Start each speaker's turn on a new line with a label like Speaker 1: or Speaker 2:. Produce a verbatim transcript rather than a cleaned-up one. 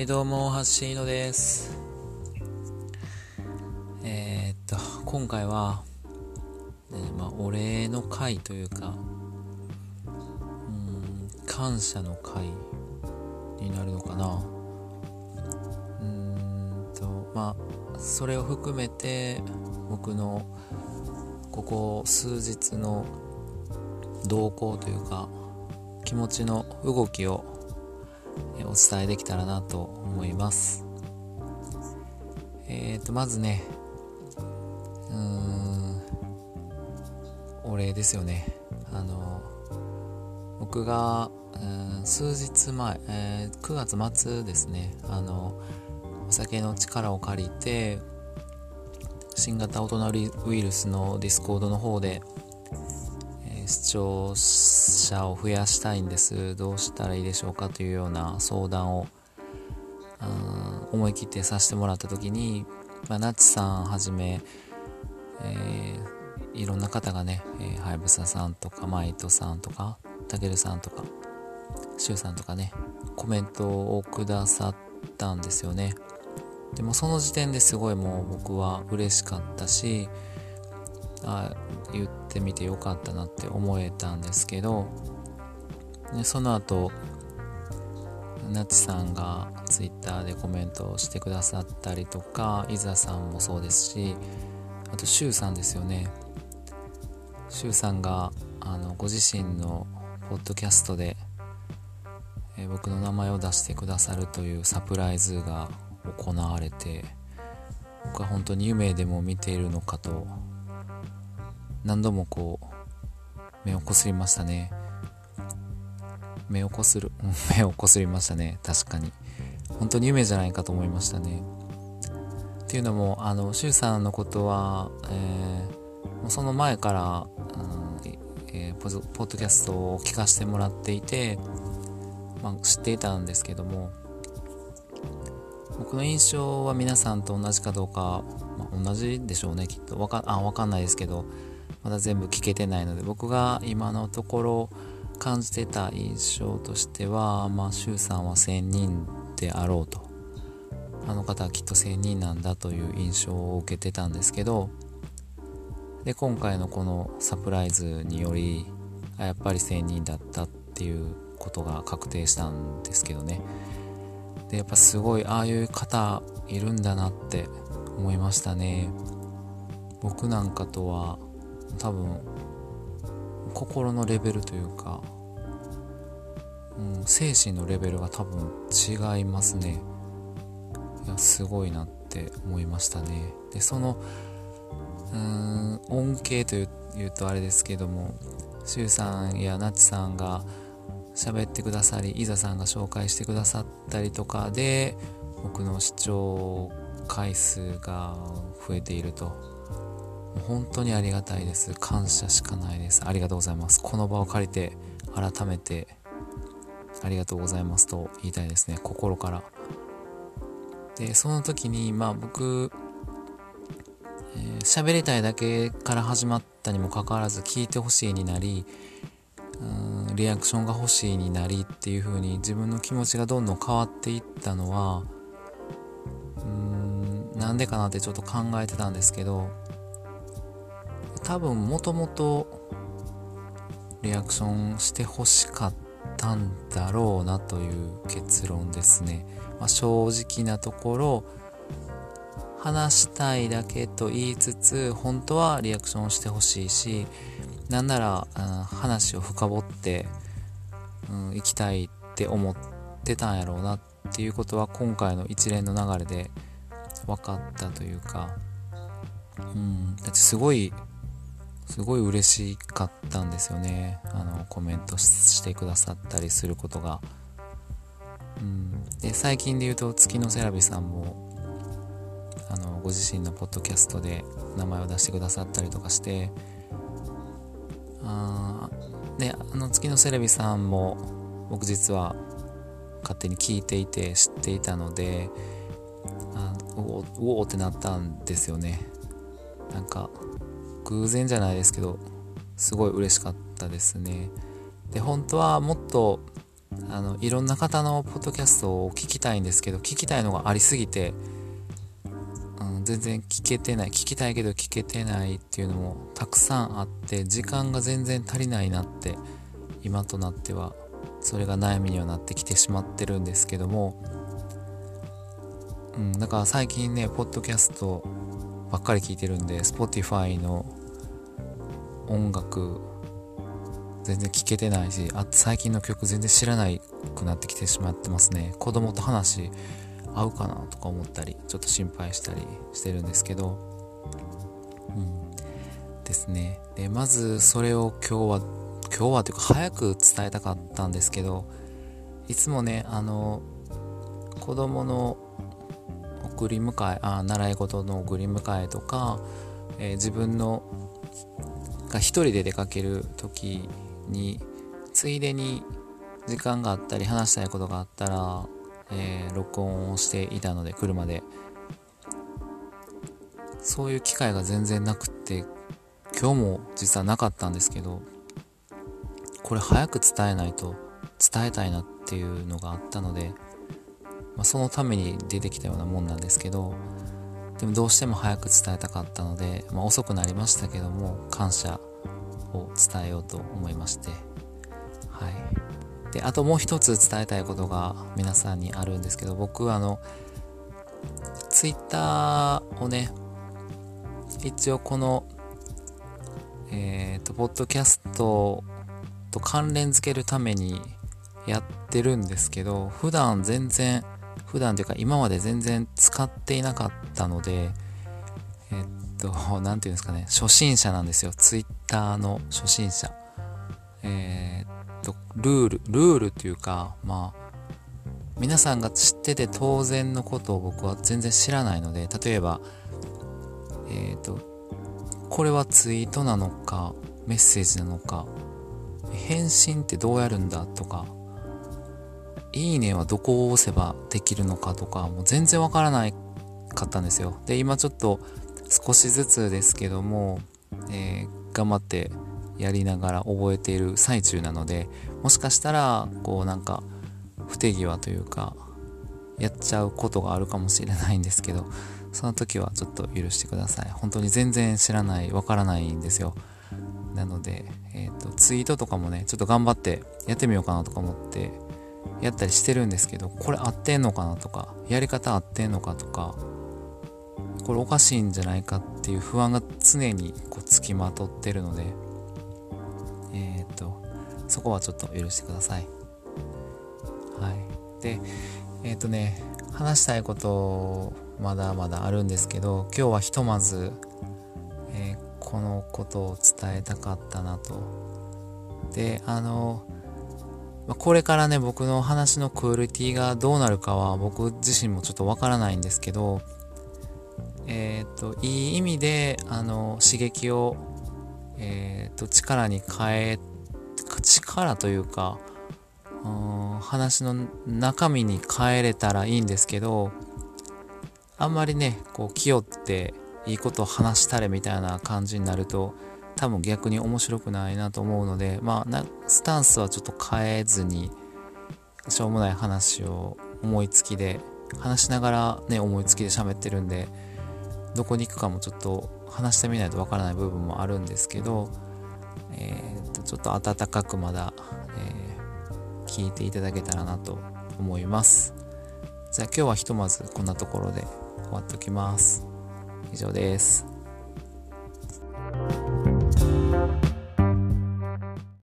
Speaker 1: はいどうもはっしーのです。えー、っと今回は、ねまあ、お礼の会というかうーん感謝の会になるのかな。うーんとまあそれを含めて僕のここ数日の動向というか気持ちの動きをお伝えできたらなと思います。えーとまずねうーんお礼ですよね。あの僕がうん数日前、えー、くがつ末ですね、あのお酒の力を借りて新型オトナウイルスのディスコードの方で、えー、視聴者を増やしたいんです、どうしたらいいでしょうかというような相談を思い切ってさせてもらった時に、まあ、ナッチさんはじめ、えー、いろんな方がね、えー、はやぶささんとかマイトさんとかたけるさんとかシュウさんとかねコメントをくださったんですよね。でもその時点ですごいもう僕は嬉しかったし、あ言ってみてよかったなって思えたんですけど、でその後ナチさんがツイッターでコメントをしてくださったりとか、イザさんもそうですし、あとシュウさんですよね。シュウさんがあのご自身のポッドキャストで、えー、僕の名前を出してくださるというサプライズが行われて、僕は本当に夢でも見ているのかと何度もこう目をこすりましたね。目をこする目をこすりましたね。確かに本当に夢じゃないかと思いましたね。っていうのもあのシュウさんのことは、えー、その前から、うんえー、ポッドキャストを聞かせてもらっていて、まあ、知っていたんですけども、僕の印象は皆さんと同じかどうか、まあ、同じでしょうねきっと。わかあわかんないですけど、まだ全部聞けてないので、僕が今のところ感じてた印象としては、まあ、シュウさんは仙人であろうと、あの方はきっと仙人なんだという印象を受けてたんですけど、で今回のこのサプライズによりあやっぱり仙人だったっていうことが確定したんですけどね。でやっぱすごいああいう方いるんだなって思いましたね。僕なんかとは多分心のレベルというか、うん、精神のレベルが多分違いますね。いやすごいなって思いましたね。でそのうーん恩恵という、言うとあれですけども、シュウさんやナッチさんが喋ってくださり、イザさんが紹介してくださったりとかで僕の視聴回数が増えていると、もう本当にありがたいです。感謝しかないです。ありがとうございます。この場を借りて改めてありがとうございますと言いたいですね、心から。でその時にまあ僕喋、えー、りたいだけから始まったにもかかわらず聞いてほしいになり、うーんリアクションが欲しいになりっていう風に自分の気持ちがどんどん変わっていったのは、うーんなんでかなってちょっと考えてたんですけど、多分もともとリアクションして欲しかったんだろうなという結論ですね。まあ、正直なところ話したいだけと言いつつ本当はリアクションしてほしいし、なんなら、うん、話を深掘って、うん、行きたいって思ってたんやろうなっていうことは今回の一連の流れで分かったというか、うん、だってすごいすごい嬉しかったんですよね。あのコメントしてくださったりすることが、うん、で最近で言うと月のセラビさんもあのご自身のポッドキャストで名前を出してくださったりとかして、あであの月のセレビさんも僕実は勝手に聞いていて知っていたので、あおおおおってなったんですよね。なんか偶然じゃないですけどすごい嬉しかったですね。で本当はもっとあのいろんな方のポッドキャストを聞きたいんですけど、聞きたいのがありすぎて、うん、全然聞けてない、聞きたいけど聞けてないっていうのもたくさんあって、時間が全然足りないなって今となってはそれが悩みにはなってきてしまってるんですけども、うん、だから最近ねポッドキャストばっかり聞いてるんで、 Spotify の音楽全然聞けてないし、あ最近の曲全然知らないくなってきてしまってますね。子供と話合うかなとか思ったり、ちょっと心配したりしてるんですけど、うんですね。でまずそれを今日は今日はというか早く伝えたかったんですけど、いつもねあの子供の送り迎えあ習い事の送り迎えとか、えー、自分のが一人で出かける時についでに時間があったり話したいことがあったら、えー、録音をしていたので、車でそういう機会が全然なくって、今日も実はなかったんですけど、これ早く伝えないと伝えたいなっていうのがあったので、まあ、そのために出てきたようなもんなんですけど、でもどうしても早く伝えたかったので、まあ、遅くなりましたけども感謝を伝えようと思いまして、はい。であともう一つ伝えたいことが皆さんにあるんですけど、僕あのツイッターをね一応このえっとポッドキャストと関連付けるためにやってるんですけど、普段全然普段というか今まで全然使っていなかったので、えっとなんていうんですかね、初心者なんですよ。ツイッターの初心者。えー、っとルールルールというか、まあ皆さんが知ってて当然のことを僕は全然知らないので、例えばえー、っとこれはツイートなのかメッセージなのか、返信ってどうやるんだとか、いいねはどこを押せばできるのかとか、もう全然わからないかったんですよ。で今ちょっと少しずつですけども、えー、頑張ってやりながら覚えている最中なので、もしかしたらこうなんか不手際というかやっちゃうことがあるかもしれないんですけど、その時はちょっと許してください。本当に全然知らない、わからないんですよ。なので、えーと、ツイートとかもねちょっと頑張ってやってみようかなとか思ってやったりしてるんですけど、これ合ってんのかなとか、やり方合ってんのかとか、これおかしいんじゃないかっていう不安が常にこうつきまとってるので、えっとそこはちょっと許してください。はい。でえっとね話したいことまだまだあるんですけど、今日はひとまず、えー、このことを伝えたかったなと。であのこれからね僕の話のクオリティがどうなるかは僕自身もちょっとわからないんですけど、えっといい意味であの刺激を、えっと力に変え力というか、うん、話の中身に変えれたらいいんですけど、あんまりねこう気負っていいことを話したれみたいな感じになると多分逆に面白くないなと思うので、まあなスタンスはちょっと変えずに、しょうもない話を思いつきで話しながらね思いつきで喋ってるんで、どこに行くかもちょっと話してみないとわからない部分もあるんですけど、えー、とちょっと温かくまだ、えー、聞いていただけたらなと思います。じゃあ今日はひとまずこんなところで終わっておきます。以上です。